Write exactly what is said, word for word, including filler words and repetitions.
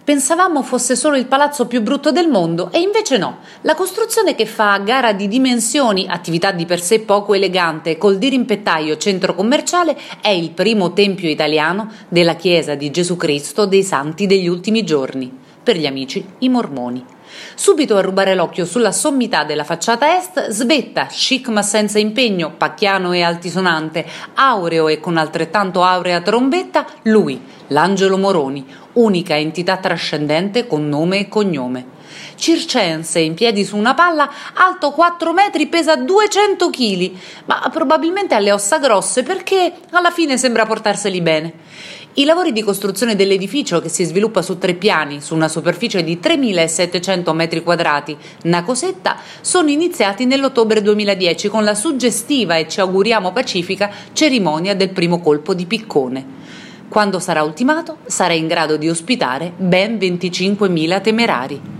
Pensavamo fosse solo il palazzo più brutto del mondo e invece no. La costruzione che fa a gara di dimensioni, attività di per sé poco elegante, col dirimpettaio centro commerciale, è il primo tempio italiano della Chiesa di Gesù Cristo dei Santi degli Ultimi Giorni, per gli amici i mormoni. Subito a rubare l'occhio sulla sommità della facciata est svetta, chic ma senza impegno, pacchiano e altisonante, aureo e con altrettanto aurea trombetta, lui, l'Angelo Moroni, unica entità trascendente con nome e cognome. Circense in piedi su una palla, alto quattro metri, pesa duecento chili, ma probabilmente ha le ossa grosse perché alla fine sembra portarseli bene. I lavori di costruzione dell'edificio, che si sviluppa su tre piani, su una superficie di tremilasettecento metri quadrati, una cosetta, sono iniziati nell'ottobre duemiladieci con la suggestiva e ci auguriamo pacifica cerimonia del primo colpo di piccone. Quando sarà ultimato, sarà in grado di ospitare ben venticinquemila temerari.